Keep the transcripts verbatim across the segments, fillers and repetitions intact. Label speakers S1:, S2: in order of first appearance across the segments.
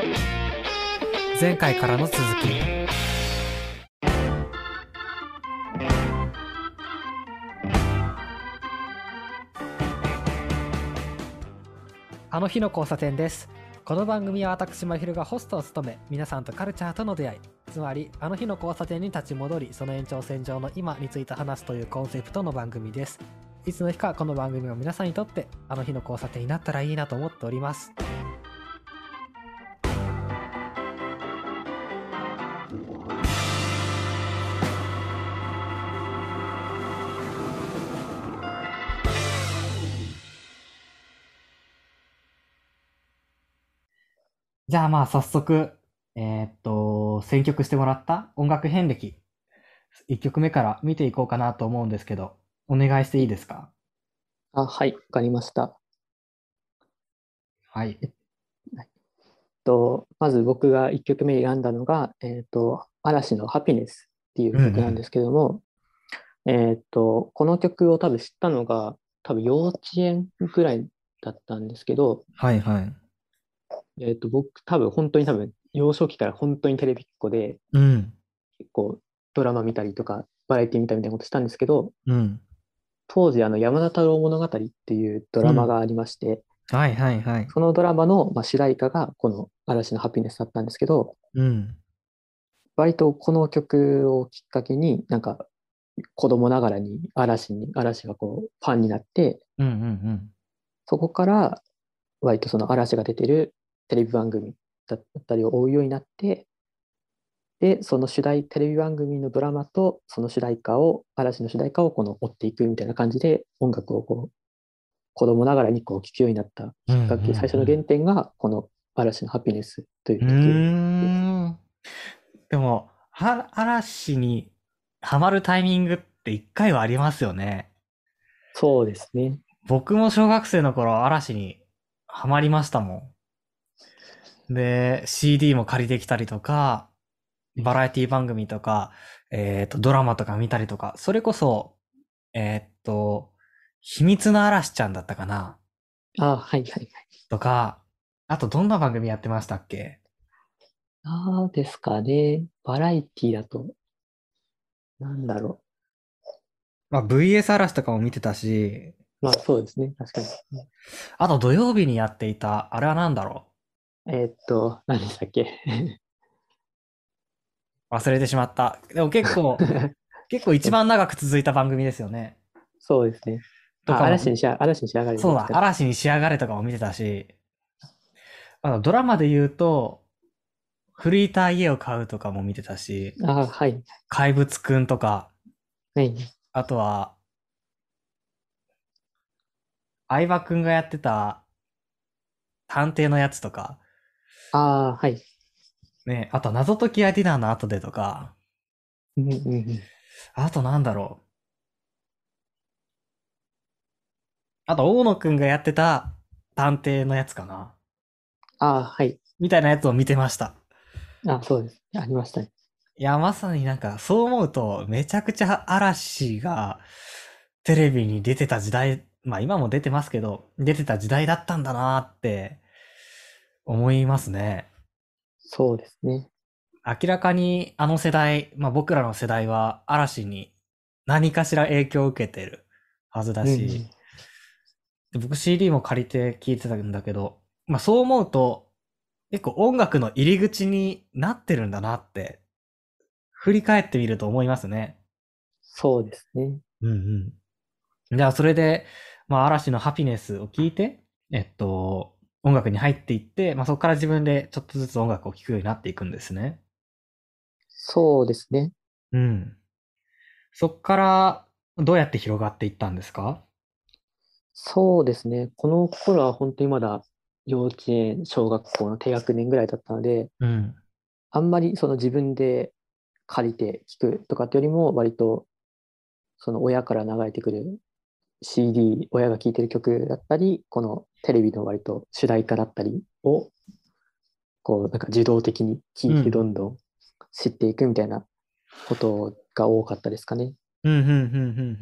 S1: 前回からの続き。あの日の交差点です。この番組は私まひるがホストを務め、皆さんとカルチャーとの出会い、つまりあの日の交差点に立ち戻り、その延長線上の今について話すというコンセプトの番組です。いつの日かこの番組が皆さんにとってあの日の交差点になったらいいなと思っております。じゃあまあ早速、えーっと、選曲してもらった音楽遍歴、いっきょくめから見ていこうかなと思うんですけど、お願いしていいですか？
S2: あ、はい、わかりました。
S1: はい。
S2: えっと、まず僕がいっきょくめ選んだのが、えっと、嵐のハピネスっていう
S1: うんうん。
S2: 曲なんですけども、えっと、この曲を多分知ったのが、多分幼稚園ぐらいだったんですけど、
S1: はいはい。
S2: えっと、僕多分本当に多分幼少期から本当にテレビっ子で、
S1: うん。
S2: 結構ドラマ見たりとか、バラエティ見たりみたいなことしたんですけど、
S1: うん。
S2: 当時あの山田太郎物語っていうド
S1: うん。
S2: ラマがありまして、
S1: はいはいはい。
S2: そのドラマの、まあ、主題歌がこの嵐のハピネスだったんですけど、
S1: うん。
S2: 割とこの曲をきっかけに、なんか子供ながらに嵐に、嵐がこうファンになって、
S1: うんうんうん。
S2: そこから割とその嵐が出てるテレビ番組だったりを追うようになって、で、その主題、テレビ番組のドラマとその主題歌を、嵐の主題歌をこの追っていくみたいな感じで音楽をこう子供ながらにこう聴くようになった
S1: うんう
S2: きっかけ、最初の原
S1: ん
S2: 点がこの嵐のハピネスという
S1: うん。
S2: 曲です。
S1: うーん。でも、は、嵐にハマるタイミングって一回はありますよね。
S2: そうですね。
S1: 僕も小学生の頃嵐にハマりましたもん。で、シーディー も借りてきたりとか、バラエティ番組とか、えっと、ドラマとか見たりとか、それこそ、えっと、秘密の嵐ちゃんだったかな
S2: あ、はいはいはい。
S1: とか、あとどんな番組やってましたっけ？
S2: ああですかね。バラエティだと、なんだろ
S1: まあ ブイエス 嵐とかも見てたし、
S2: う。まあそうですね。確かに。
S1: あと土曜日にやっていた、あれは何だろ
S2: えーっと、何でしたっけ？
S1: う？忘れてしまった。でも結構、結構一番長く続いた番組ですよね。
S2: そうですね。あ、
S1: とかも、
S2: 嵐にしあ、嵐に仕上がれ
S1: そうだ、
S2: ですかね。
S1: 嵐に仕上がれとかも見てたし、あのドラマで言うと、フリーター家を買うとかも見てたし、
S2: あ、はい。
S1: 怪物くんとか、
S2: はい。
S1: あとは、相葉くんがやってた探偵のやつとか、
S2: ああ、はい。
S1: ね、あと謎解きやディナーの後でとか、
S2: うんうんうん。
S1: あとなんだろう。あと大野くんがやってた探偵のやつかな。
S2: ああ、はい。
S1: みたいなやつを見てました。
S2: あ、そうです。ありましたね。
S1: いや、まさになんかそう思うと、めちゃくちゃ嵐がテレビに出てた時代、まあ今も出てますけど、出てた時代だったんだなって思いますね。
S2: そうですね。
S1: 明らかにあの世代、まあ僕らの世代は嵐に何かしら影響を受けてるはずだ
S2: うんう
S1: し、
S2: ん。
S1: で僕 シーディー も借りて聞いてたんだけど、まあそう思うと、結構音楽の入り口になってるんだなって、振り返ってみると思いますね。
S2: そうですね。
S1: うんうん。じゃあそれで、まあ嵐のハピネスを聞いて、えっと、音楽に入っていって、まあそこから自分でちょっとずつ音楽を聴くようになっていくんですね。
S2: そうですね。
S1: うん。そっからどうやって広がっていったんですか？
S2: そうですね。この頃は本当にまだ幼稚園、小学校の低学年ぐらいだったので、
S1: うん。
S2: あんまりその自分で借りて聞くとかってよりも、割とその親から流れてくる シーディー、親が聴いてる曲だったり、このテレビの割と主題歌だったりを、こう、なんか受動的に聴いてど
S1: うん。
S2: んどん知っていくみたいなことが多かったですかね。
S1: うん、うん、うん、うん、うん。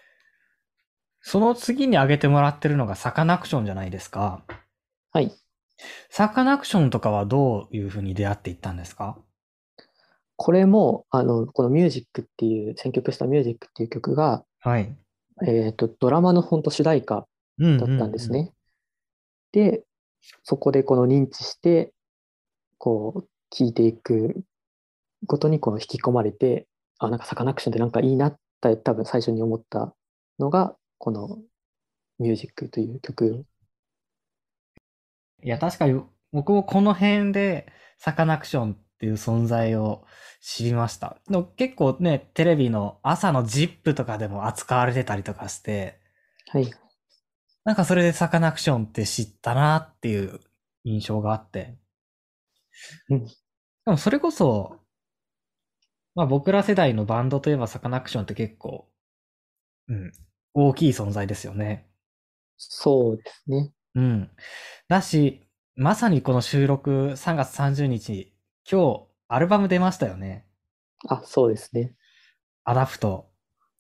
S1: その次に挙げてもらってるのがサカナクションじゃないですか。
S2: はい。
S1: サカナクションとかはどういうふうに出会っていったんですか？
S2: これも、あの、このミュージックっていう、選曲したミュージックっていう曲が、
S1: はい。
S2: えっと、ドラマの本当主題歌
S1: うんうんう
S2: だったんです
S1: ん。
S2: ね。で、そこでこの認知して、こう、聴いていくごとにこの引き込まれて、あ、なんかサカナクションってなんかいいなって多分最初に思ったのが、このミュージックという曲。
S1: いや、確かに僕もこの辺でサカナクションっていう存在を知りました。の結構ね、テレビの朝のジップとかでも扱われてたりとかして、
S2: はい。
S1: なんかそれでサカナクションって知ったなっていう印象があって。
S2: うん、
S1: でもそれこそ、まあ僕ら世代のバンドといえばサカナクションって結構、うん、大きい存在ですよね。
S2: そうですね。
S1: うん。だし、まさにこの収録さんがつさんじゅうにち、今日アルバム出ましたよね。
S2: あ、そうですね。
S1: アダプト。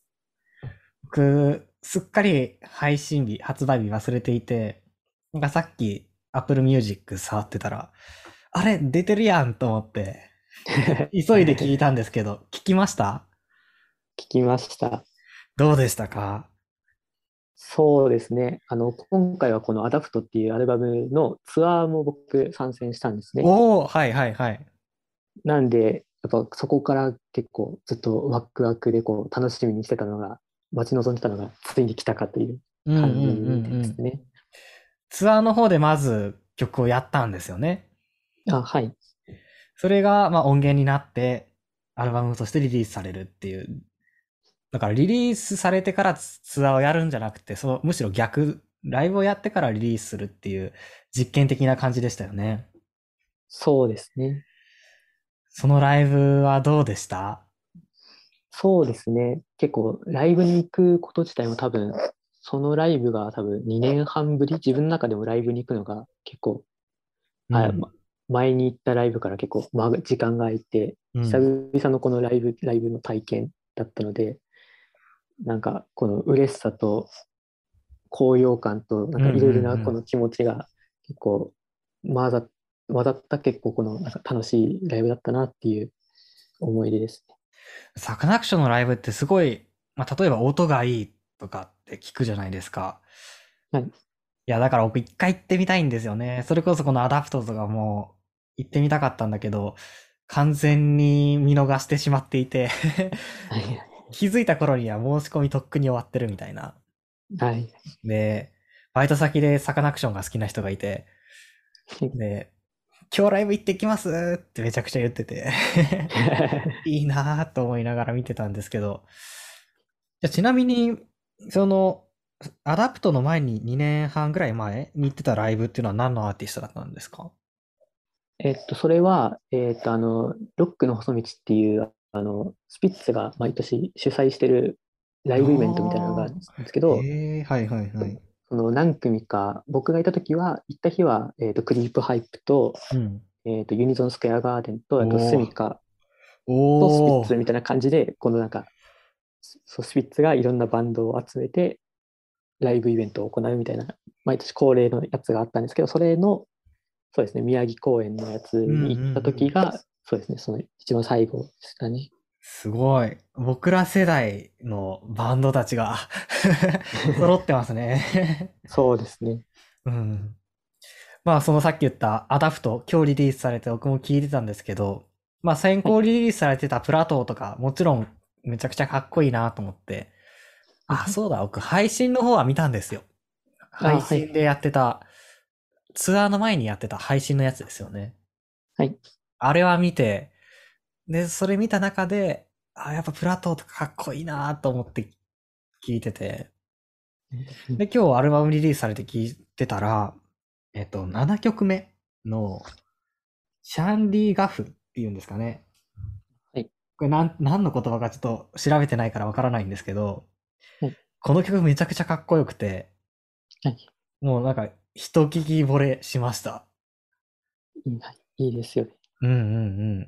S1: 僕、すっかり配信日、発売日忘れていて、なんかさっき Apple Music 触ってたら、あれ、出てるやんと思って、急いで聞いたんですけど、聞きました？
S2: 聞きました。
S1: どうでしたか？
S2: そうですね。あの、今回はこのアダプトっていうアルバムのツアーも僕参戦したんですね。
S1: おー、はいはいはい。
S2: なんで、やっぱそこから結構ずっとワクワクでこう楽しみにしてたのが、待ち望んでたのがついに来たかという
S1: うんうんうん
S2: 感じ
S1: うん。
S2: ですね。
S1: ツアーの方でまず曲をやったんですよね。
S2: あ、はい。
S1: それが、まあ、音源になって、アルバムとしてリリースされるっていう。だからリリースされてからツツアーをやるんじゃなくて、その、むしろ逆、ライブをやってからリリースするっていう実験的な感じでしたよね。
S2: そうですね。
S1: そのライブはどうでした？
S2: そうですね。結構ライブに行くこと自体も多分、そのライブが多分にねんはんぶり、自分の中でもライブに行くのが結構、あ、
S1: うん。
S2: ま前に行ったライブから結構、まあ、時間が空いて、久
S1: うん。
S2: 々のこのライブ、ライブの体験だったので、なんかこの嬉しさと高揚感と、なん
S1: うんうんう
S2: かいろいろなこ
S1: ん。
S2: の気持ちが結構混ざっ混ざった結構このなんか楽しいライブだったなっていう思い出ですね。
S1: サカナクションのライブってすごい、まあ、例えば音がいいとかって聞くじゃないですか。
S2: はい。
S1: いや、だから僕一回行ってみたいんですよね。それこそこのアダプトとかも行ってみたかったんだけど、完全に見逃してしまっていて
S2: はい。
S1: 気づいた頃には申し込みとっくに終わってるみたいな。
S2: はい。
S1: で、バイト先でサカナクションが好きな人がいて、で、今日ライブ行ってきますってめちゃくちゃ言ってていいなぁと思いながら見てたんですけど、じゃあちなみに、その、アダプトの前ににねんはんぐらい前に行ってたライブっていうのは何のアーティストだったんですか？
S2: えっと、それは、えっと、あの、ロックの細道っていう、あの、スピッツが毎年主催してるライブイベントみたいなのがあ
S1: ああ、
S2: るんですけど、
S1: へえ、はいはいはい。
S2: その何組か、僕がいた時は、行った日は、えっと、クリープハイプと、
S1: うん。
S2: えっと、ユニゾンスクエアガーデンと、あと、ス
S1: おー、
S2: ミカとスピッ
S1: おー、
S2: ツみたいな感じで、このなんか、そうスピッツがいろんなバンドを集めて、ライブイベントを行うみたいな、毎年恒例のやつがあったんですけど、それの、そうですね、宮城公演のやつ
S1: うんうん
S2: に行った
S1: うん。
S2: 時が、そうですね、その一番最後ですかね。
S1: すごい。僕ら世代のバンドたちが揃ってますね
S2: そうですね。
S1: うん。まあ、そのさっき言ったアダプト、今日リリースされて僕も聞いてたんですけど、まあ先
S2: はい。
S1: 行リリースされてたプラトーとか、もちろんめちゃくちゃかっこいいなと思って、あ、そうだ、僕配信の方は見たんですよ。
S2: あ、はい。
S1: 配信でやってた、ツアーの前にやってた配信のやつですよね。
S2: はい。あ
S1: あれは見て、で、それ見た中で、あ、やっぱプラトーとかかっこいいなと思って聞いてて、で、今日アルバムリリースされて聞いてたら、えっと、ななきょくめのシャンディガフっていうんですかね。
S2: はい。
S1: これなん、何の言葉かちょっと調べてないからわからないんですけど、
S2: はい。
S1: この曲めちゃくちゃかっこよくて、
S2: はい。
S1: もうなんか、一聞き惚れしました。
S2: いいはい、いいですよね。
S1: うんうんうん。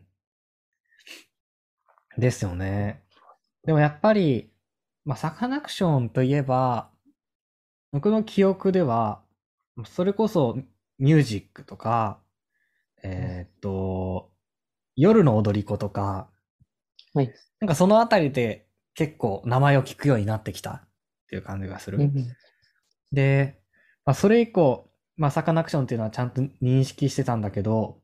S1: ですよね。でもやっぱり、まあ、サカナクションといえば、僕の記憶では、それこそミュージックとか、えーっと、夜の踊り子とか、
S2: はい。
S1: なんかそのあたりで結構名前を聞くようになってきたっていう感じがする。
S2: うん。
S1: で、まあ、それ以降、まあ、サカナクションっていうのはちゃんと認識してたんだけど、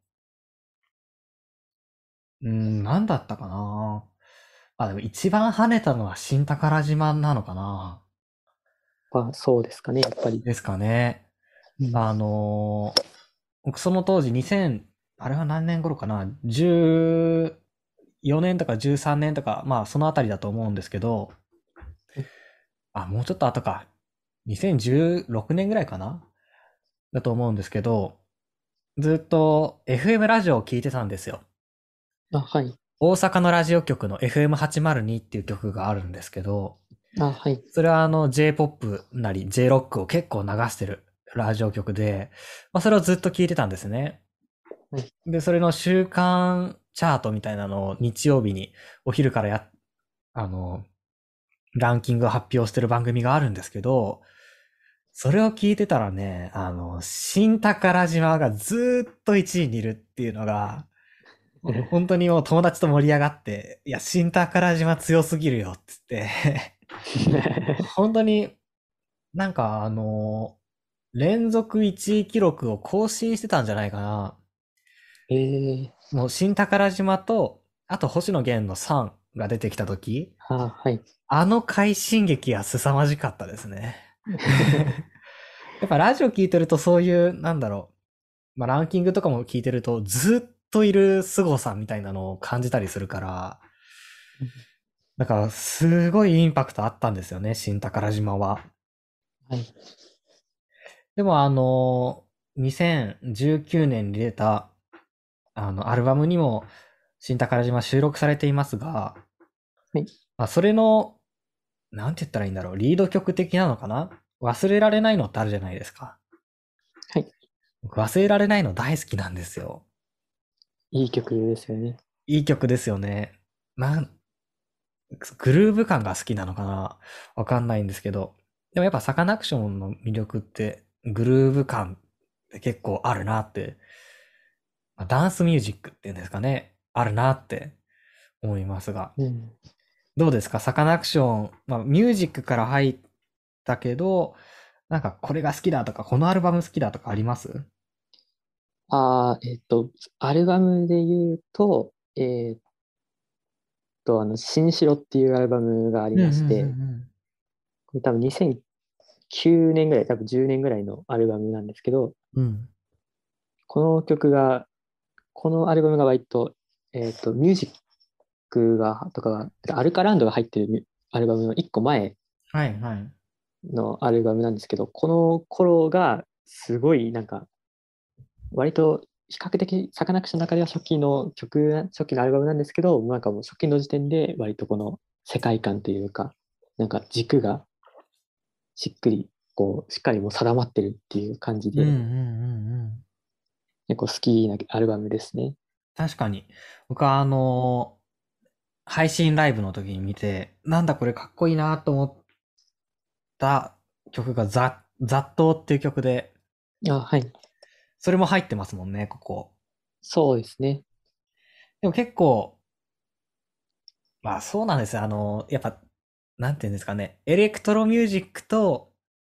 S1: うーん、なんだったかな。あ、でも一番跳ねたのは新宝島なのかな。
S2: まあ、そうですかね、やっぱり。
S1: ですかね。
S2: うん。
S1: あのー僕その当時にせん、あれは何年頃かな？ じゅうよ 年とかじゅうさんねんとか、まあそのあたりだと思うんですけど、あ、もうちょっと後か。にせんじゅうろくねんぐらいかなだと思うんですけど、ずっと エフエム ラジオを聞いてたんですよ。
S2: あ、はい。
S1: 大阪のラジオ局の エフエムはちまるに っていう曲があるんですけど、
S2: あ、はい。
S1: それはあの J-ポップ なり J-ロックを結構流してるラジオ局で、まあ、それをずっと聞いてたんですね。
S2: はい。
S1: で、それの週間チャートみたいなのを日曜日にお昼からや、あの、ランキングを発表してる番組があるんですけど、それを聞いてたらね、あの、新宝島がずーっといちいにいるっていうのが、本当にもう友達と盛り上がって、いや、新宝島強すぎるよ、っつって本当になんかあの、連続いちい記録を更新してたんじゃないかな。
S2: ええ、
S1: もう新宝島と、あと星野源のさんが出てきた時、
S2: あ、はい。
S1: あの快進撃は凄まじかったですね。やっぱラジオ聞いてるとそういう、なんだろう、まあランキングとかも聞いてるとずっといる凄さみたいなのを感じたりするから、だからすごいインパクトあったんですよね、新宝島は。
S2: はい。
S1: でもあの、にせんじゅうきゅうねんに出た、あの、アルバムにも新宝島収録されていますが、
S2: はい。
S1: まあ、それの、なんて言ったらいいんだろう、リード曲的なのかな。忘れられないのってあるじゃないですか。
S2: はい。
S1: 僕忘れられないの大好きなんですよ。
S2: いい曲ですよね。
S1: いい曲ですよね。なん、グルーヴ感が好きなのかなわかんないんですけど。でもやっぱサカナクションの魅力ってグルーヴ感って結構あるなって、まあ、ダンスミュージックっていうんですかね。あるなって思いますが。
S2: うん。
S1: どうですかサカナクション、まあミュージックから入ったけど、なんかこれが好きだとか、このアルバム好きだとかあります？
S2: ああ、えっと、アルバムで言うと、えっと、あの、新城っていうアルバムがあり
S1: うんうんう
S2: まして、
S1: ん
S2: これ多分にせんきゅうねんぐらい、多分じゅうねんぐらいのアルバムなんですけど、
S1: うん。うん。
S2: この曲が、このアルバムが割と、えっと、ミュージックが、とかが、アルカランドが入ってるアルバムのいっこまえ
S1: はいはい。
S2: のアルバムなんですけど、この頃がすごいなんか、割と比較的サカナクションの中では初期の曲、初期のアルバムなんですけど、なんかもう初期の時点で割とこの世界観というか、なんか軸がしっくり、こう、しっかりもう定まってるっていう感じで、
S1: うんうんうんうん。
S2: 結構好きなアルバムですね。
S1: 確かに。僕はあの、配信ライブの時に見て、なんだこれかっこいいなと思った曲がザ、雑踏っていう曲で、
S2: あ、はい。
S1: それも入ってますもんね、ここ。
S2: そうですね。
S1: でも結構、まあそうなんですよ。あの、やっぱ、なんていうんですかね。エレクトロミュージックと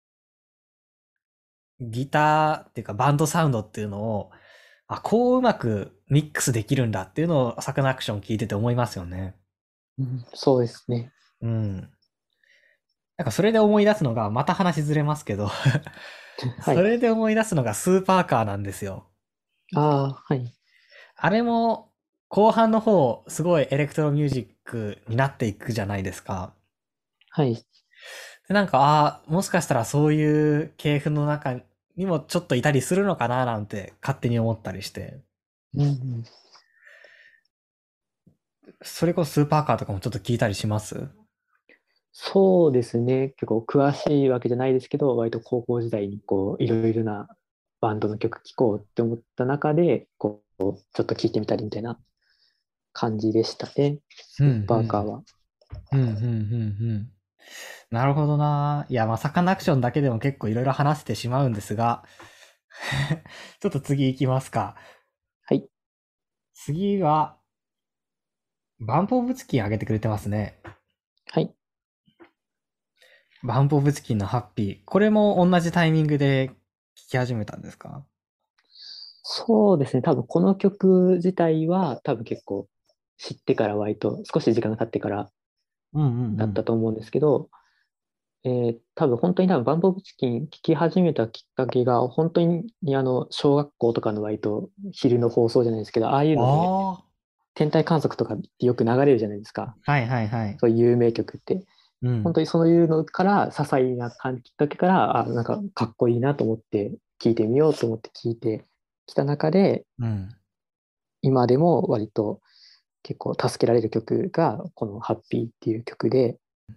S1: ギターっていうかバンドサウンドっていうのを、あ、こううまくミックスできるんだっていうのをサカナクション聞いてて思いますよね。
S2: うん、そうですね。
S1: うん。なんかそれで思い出すのが、また話ずれますけど
S2: はい。
S1: それで思い出すのがスーパーカーなんですよ。
S2: ああ、はい。
S1: あれも、後半の方、すごいエレクトロミュージックになっていくじゃないですか。
S2: はい。
S1: で、なんか、ああ、もしかしたらそういう系譜の中にもちょっといたりするのかななんて勝手に思ったりして。
S2: うんうん、
S1: それこそスーパーカーとかもちょっと聞いたりします？
S2: そうですね。結構詳しいわけじゃないですけど、割と高校時代にこう、いろいろなバンドの曲聴こうって思った中で、こう、ちょっと聴いてみたりみたいな感じでしたね。
S1: うん、う
S2: スーパーカー
S1: ん。
S2: は。
S1: うん、うん、うん、うん。なるほどな。いや、まあ、サカナクションだけでも結構いろいろ話してしまうんですが、 ちょっと次行きますか。
S2: はい。
S1: 次は、バンプオブチキン上げてくれてますね。
S2: はい。
S1: バンプオブチキンのハッピー。これも同じタイミングで聴き始めたんですか？
S2: そうですね。多分この曲自体は多分結構知ってから割と少し時間が経ってから
S1: うんうんう
S2: だった
S1: ん。
S2: と思うんですけど、えー多分本当に多分バンプオブチキン聴き始めたきっかけが本当にあの小学校とかの割と昼の放送じゃないですけど、ああいうので
S1: あ
S2: 天体観測とかってよく流れるじゃないですか。
S1: あ、はいはいはい。
S2: そういう有名曲って。
S1: うん。
S2: 本当にそういうのから、些細な感きっかけから、あ、なんかかっこいいなと思って聞いてみようと思って聞いてきた中で、
S1: うん。
S2: 今でも割と結構助けられる曲がこのハッピーっていう曲で、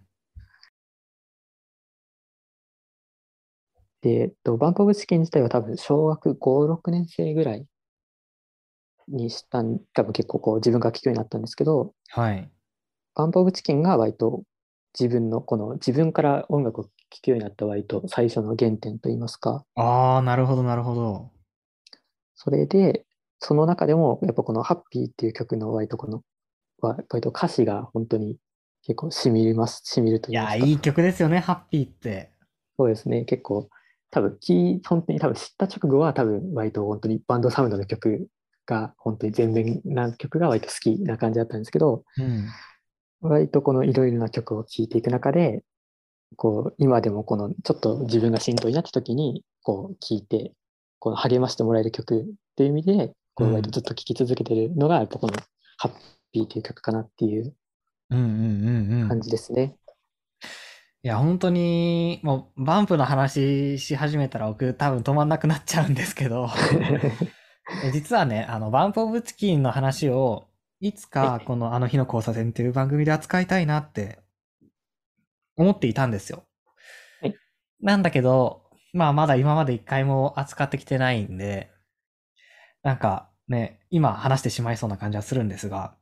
S2: で、えっと、バンプオブチキン自体は多分小学ご、ろくねん生ぐらいにしたん、多分結構こう自分が聴くようになったんですけど、
S1: はい。
S2: バンプオブチキンが割と自分のこの自分から音楽を聴くようになった割と最初の原点といいますか、
S1: ああ、なるほどなるほど。
S2: それで、その中でもやっぱこのハッピーっていう曲の割とこの、は割と歌詞が本当に結構染みます、染みると
S1: いや、
S2: 言いますか。
S1: いい曲ですよね、ハッピーって。
S2: そうですね。結構、多分、き、本当に多分知った直後は多分割と本当にバンドサウンドの曲が本当に全面な曲が割と好きな感じだったんですけど、
S1: うん。
S2: 割とこのいろいろな曲を聴いていく中で、こう、今でもこのちょっと自分がしんどいなって時に、こう聴いて、この励ましてもらえる曲っていう意味で、こう割と
S1: うん。
S2: ずっと聴き続けてるのが、やっぱこのハッピーっていう曲かなっていう
S1: うんうんうんう
S2: 感
S1: ん。
S2: じですね。
S1: いや、本当に、もう、バンプの話し始めたら僕多分止まんなくなっちゃうんですけど、え実はね、あの、バンプオブチキンの話を、いつ
S2: はい。
S1: かこのあの日の交差点っていう番組で扱いたいなって思っていたんですよ。
S2: はい。
S1: なんだけど、まあまだ今まで一回も扱ってきてないんで、なんかね、今話してしまいそうな感じはするんですが、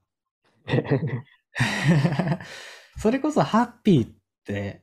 S1: それこそハッピーって、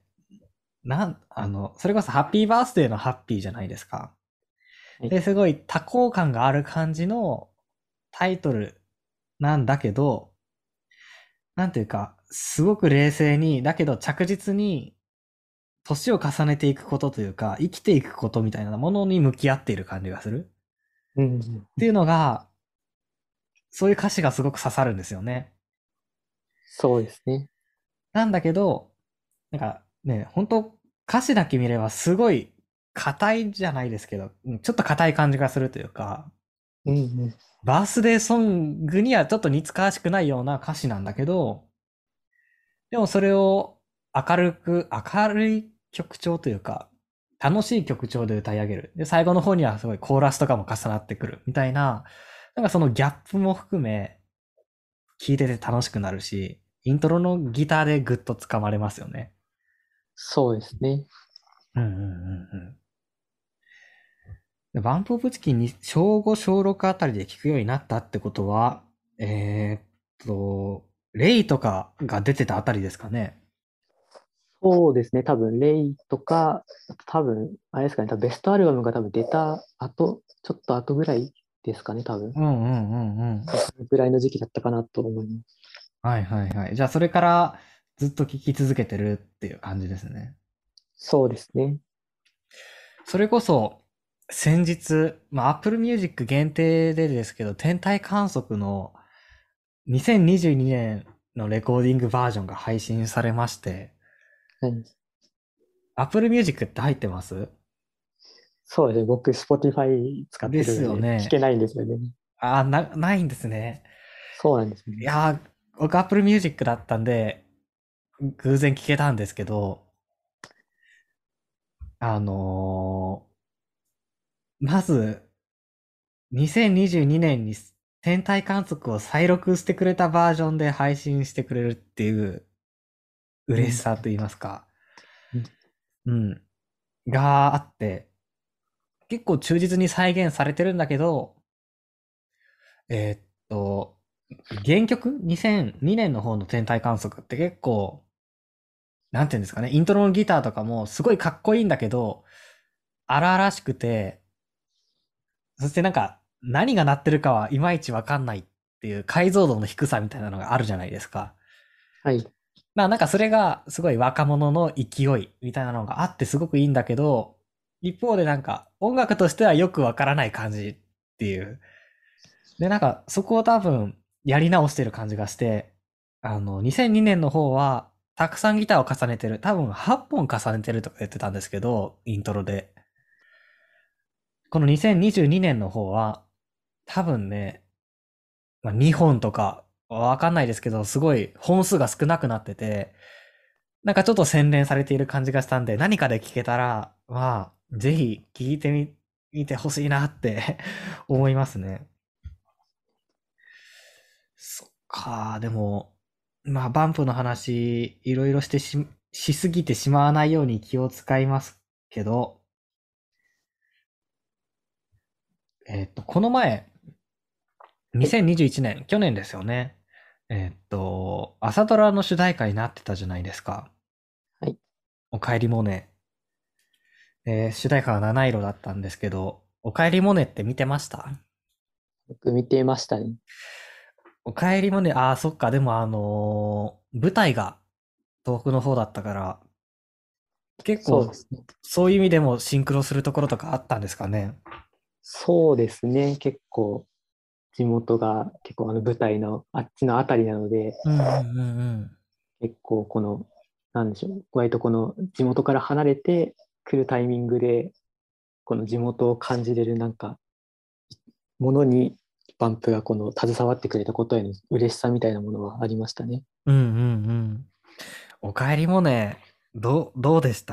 S1: なん、あの、それこそハッピーバースデーのハッピーじゃないですか。
S2: はい。
S1: で、すごい多幸感がある感じのタイトルなんだけど、なんていうか、すごく冷静に、だけど着実に年を重ねていくことというか、生きていくことみたいなものに向き合っている感じがする。
S2: うん。
S1: っていうのが、そういう歌詞がすごく刺さるんですよね。
S2: そうですね。
S1: なんだけど、なんかね、本当歌詞だけ見ればすごい硬いじゃないですけど、うんちょっと硬い感じがするというか、
S2: うん。
S1: バースデーソングにはちょっと似つかわしくないような歌詞なんだけど、でもそれを明るく、明るい曲調というか、楽しい曲調で歌い上げる。で、最後の方にはすごいコーラスとかも重なってくるみたいな、なんかそのギャップも含め、聴いてて楽しくなるし、イントロのギターでグッと掴まれますよね。
S2: そうですね。
S1: うんうんうんうん。でバンプオブチキンに小ご、小ろくあたりで聴くようになったってことは、えーっと、レイとかが出てたあたりですかね。
S2: そうですね。多分、レイとか、多分、あれですかね。多分ベストアルバムが多分出た後、ちょっと後ぐらいですかね。多分。
S1: うんうんうんうん。
S2: そのぐらいの時期だったかなと思います。
S1: はいはいはい。じゃあそれからずっと聴き続けてるっていう感じですね。
S2: そうですね。
S1: それこそ、先日、まあ Apple Music 限定でですけど、天体観測のにせんにじゅうにねんのレコーディングバージョンが配信されまして、
S2: はい。
S1: Apple Music って入ってます？
S2: そうですね。僕、Spotify 使っ
S1: です
S2: てるんで、聞
S1: よね。
S2: けないんですよね。
S1: あーな、ないんですね。
S2: そうなんですよね。
S1: いやー、僕 Apple Music だったんで、偶然聞けたんですけど、あのーまず、にせんにじゅうにねんにじゅうにねんに天体観測を再録してくれたバージョンで配信してくれるっていう
S2: うん。
S1: 嬉しさと言いますか。
S2: うん。
S1: うん。があって、結構忠実に再現されてるんだけど、えーっと、原曲 ?にせんにねんの方の天体観測って結構、なんていうんですかね、イントロのギターとかもすごいかっこいいんだけど、荒々しくて、 そしてなんか、何が鳴ってるかはいまいちわかんないっていう解像度の低さみたいなのがあるじゃないですか。
S2: はい。
S1: まあなんかそれがすごい若者の勢いみたいなのがあってすごくいいんだけど、一方でなんか音楽としてはよくわからない感じっていう。で、なんかそこを多分やり直してる感じがして、あの、にせんにねんの方はたくさんギターを重ねてる。多分はっぽん重ねてるとか言ってたんですけど、イントロで。このにせんにじゅうにねんの方は多分ね、まあ、にほんとかわかんないですけど、すごい本数が少なくなってて、なんかちょっと洗練されている感じがしたんで、何かで聞けたら、まあ、ぜひ聞いてみ、見てほしいなって思いますね。そっか、でも、まあ、バンプの話、いろいろしてし、しすぎてしまわないように気を使いますけど、えっと、この前、
S2: はい。
S1: にせんにじゅういちねん、去年ですよね。えっと、朝ドラの主題歌になってたじゃないですか。
S2: はい。
S1: おかえりモネ。えー主題歌は七色だったんですけど、おかえりモネって見てました？
S2: 僕見てましたね。
S1: おかえりモネ、ああ、そっか、でもあのー舞台が遠くの方だったから、結構、
S2: そうですね。
S1: そういう意味でもシンクロするところとかあったんですかね。
S2: そうですね。結構、地元が結構あの舞台のあっちのあたりなので、
S1: うんうんうんうん。
S2: 結構この、なんでしょう。割とこの地元から離れて来るタイミングで、この地元を感じれるなんか、ものにバンプがこの携わってくれたことへの嬉しさみたいなものはありましたね。
S1: うんうんうん。おかえりモネ、どう、どうでした？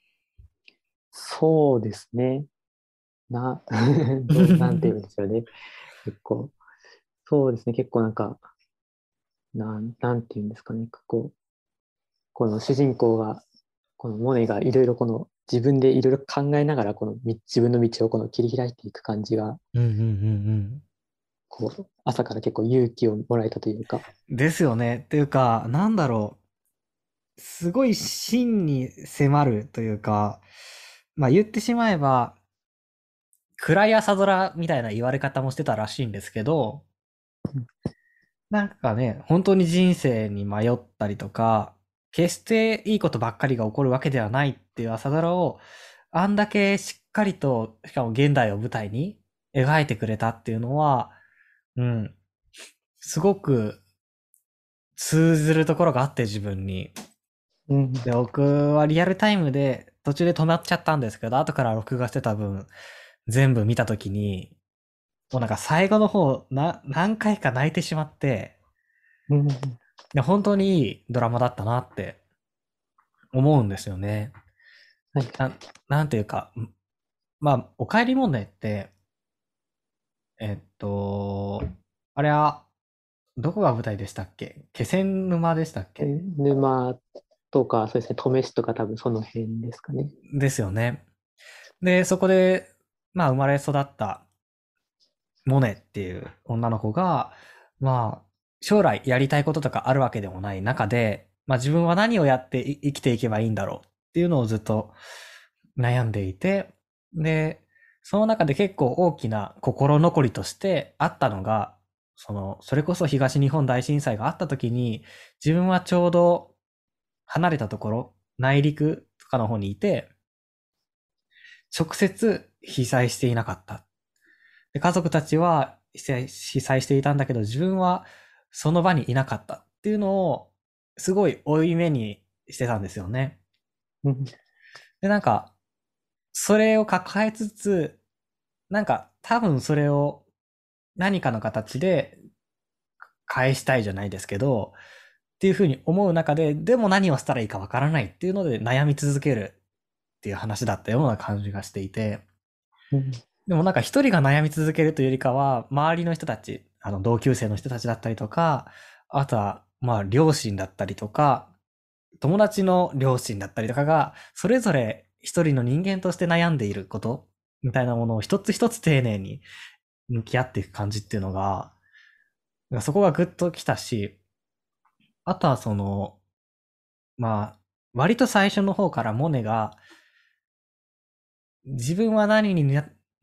S2: そうですね。な、どう、なんて言うんですよね。結構、そうですね。結構なんか、なん、なんて言うんですかね。こう、この主人公が、このモネがいろいろこの自分でいろいろ考えながら、このみ自分の道をこの切り開いていく感じが、
S1: うんうんうん
S2: こう、朝から結構勇気をもらえたというか、
S1: うん。ですよね。っていうか、なんだろう。すごい真に迫るというか、まあ言ってしまえば、暗い朝ドラみたいな言われ方もしてたらしいんですけど、なんかね、本当に人生に迷ったりとか、決していいことばっかりが起こるわけではないっていう朝ドラを、あんだけしっかりと、しかも現代を舞台に描いてくれたっていうのは、うん、すごく通ずるところがあって自分に。
S2: うん、
S1: で、僕はリアルタイムで途中で止まっちゃったんですけど、後から録画してた分、全部見たときに、もうなんか最後の方、な、何回か泣いてしまって、
S2: うん、
S1: いや、本当にいいドラマだったなって思うんですよね。
S2: はい。
S1: なん、なんていうか、まあ、おかえりモネって、えっと、あれは、どこが舞台でしたっけ？気仙沼でしたっ
S2: え
S1: け？
S2: 沼とか、そうですね、登米市とか多分その辺ですかね。
S1: ですよね。で、そこで、まあ、生まれ育ったモネっていう女の子が、まあ、将来やりたいこととかあるわけでもない中で、まあ自分は何をやってい生きていけばいいんだろうっていうのをずっと悩んでいて、で、その中で結構大きな心残りとしてあったのが、その、それこそ東日本大震災があった時に、自分はちょうど離れたところ、内陸とかの方にいて、直接被災していなかった。で、家族たちは被災被災していたんだけど、自分はその場にいなかったっていうのを、すごい負い目にしてたんですよね。
S2: うん、
S1: で、なんか、それを抱えつつ、なんか、多分それを何かの形で返したいじゃないですけど、っていうふうに思う中で、でも何をしたらいいかわからないっていうので悩み続けるっていう話だったような感じがしていて、
S2: うん、
S1: でもなんか一人が悩み続けるというよりかは、周りの人たち、あの同級生の人たちだったりとか、あとは、まあ両親だったりとか、友達の両親だったりとかが、それぞれ一人の人間として悩んでいること、みたいなものを一つ一つ丁寧に向き合っていく感じっていうのが、そこがグッときたし、あとはその、まあ、割と最初の方からモネが、自分は何にな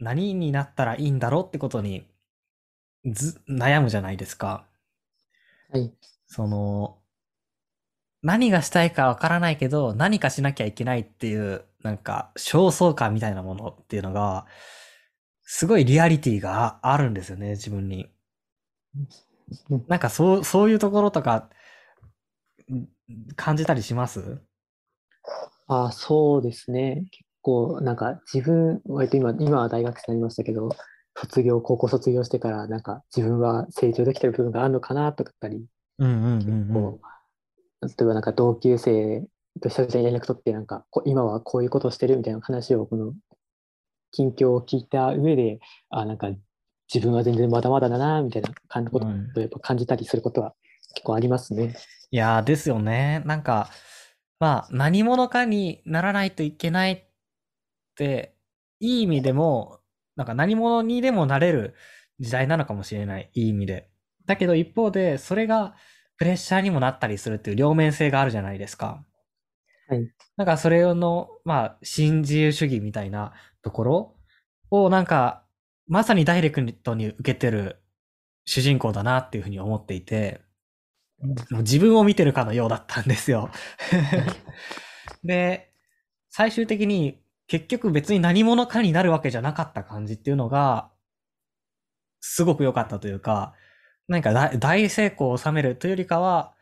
S1: 何になったらいいんだろうってことにず悩むじゃないですか。
S2: はい。
S1: その、何がしたいかわからないけど、何かしなきゃいけないっていう、なんか、焦燥感みたいなものっていうのが、すごいリアリティがあるんですよね、自分に。
S2: うん
S1: なんかそう、そういうところとか、ん感じたりします？
S2: ああ、そうですね。結構、なんか自分、割と今、今は大学生になりましたけど、卒業、高校卒業してから、なんか自分は成長できてる部分があるのかなとかったり、
S1: うんうんうん
S2: 結
S1: うん。
S2: 構、例えばなんか同級生と久々に連絡取って、なんか、こ今はこういうことをしてるみたいな話を、この近況を聞いた上で、あ、なんか自分は全然まだまだだな、みたいな感じこと
S1: うん。
S2: をやっぱ感じたりすることは結構ありますね。
S1: いやー、ですよね。なんか、まあ、何者かにならないといけないって、いい意味でも、なんか何者にでもなれる時代なのかもしれない。いい意味で。だけど一方で、それがプレッシャーにもなったりするっていう両面性があるじゃないですか。
S2: はい。
S1: なんかそれの、まあ、新自由主義みたいなところを、なんか、まさにダイレクトに受けてる主人公だなっていうふうに思っていて、
S2: うん。
S1: もう自分を見てるかのようだったんですよ。
S2: はい。
S1: で、最終的に結局別に何者かになるわけじゃなかった感じっていうのが、すごく良かったというか、何か大大成功を収めるというよりかは、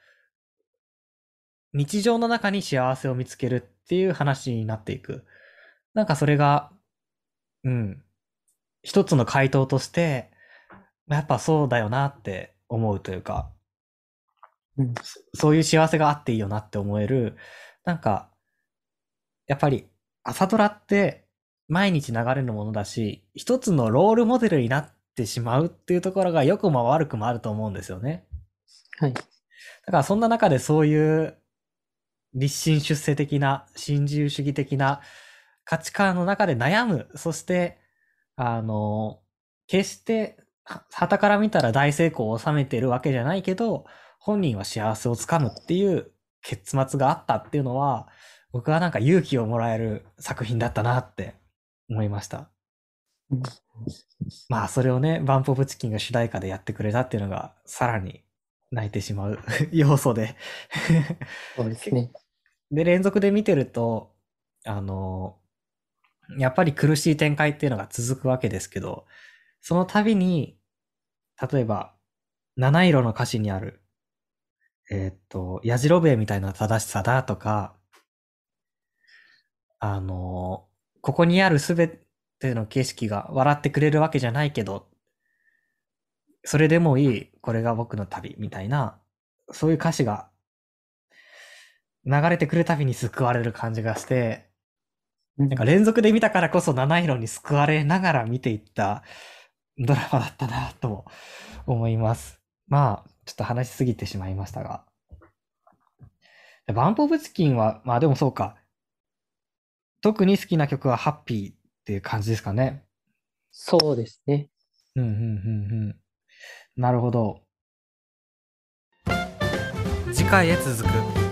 S1: 日常の中に幸せを見つけるっていう話になっていく。なんかそれが、うん、一つの回答として、やっぱそうだよなって思うというか、
S2: うん。
S1: そそういう幸せがあっていいよなって思える、なんか、やっぱり朝ドラって毎日流れるものだし、一つのロールモデルになってしまうっていうところが良くも悪くもあると思うんですよね。
S2: はい。
S1: だからそんな中でそういう立身出世的な、新自由主義的な価値観の中で悩む。そして、あの、決して、は傍から見たら大成功を収めているわけじゃないけど、本人は幸せをつかむっていう結末があったっていうのは、僕はなんか勇気をもらえる作品だったなって思いました。
S2: うん。
S1: まあ、それをね、バンプオブチキンが主題歌でやってくれたっていうのが、さらに泣いてしまう要素で
S2: そうです
S1: け
S2: ね。
S1: で、連続で見てると、あの、やっぱり苦しい展開っていうのが続くわけですけど、その度に、例えば、七色の歌詞にある、えーっと、やじろべえみたいな正しさだとか、あの、ここにあるすべての景色が笑ってくれるわけじゃないけど、それでもいい、これが僕の旅みたいな、そういう歌詞が流れてくるたびに救われる感じがして、なんか
S2: うん。
S1: 連続で見たからこそ七色に救われながら見ていったドラマだったなとも思います。まあ、ちょっと話しすぎてしまいましたが。バンプオブチキンは、まあでもそうか。特に好きな曲はハッピーっていう感じですかね。
S2: そうですね。
S1: うん、うん、うん、うん。なるほど。次回へ続く。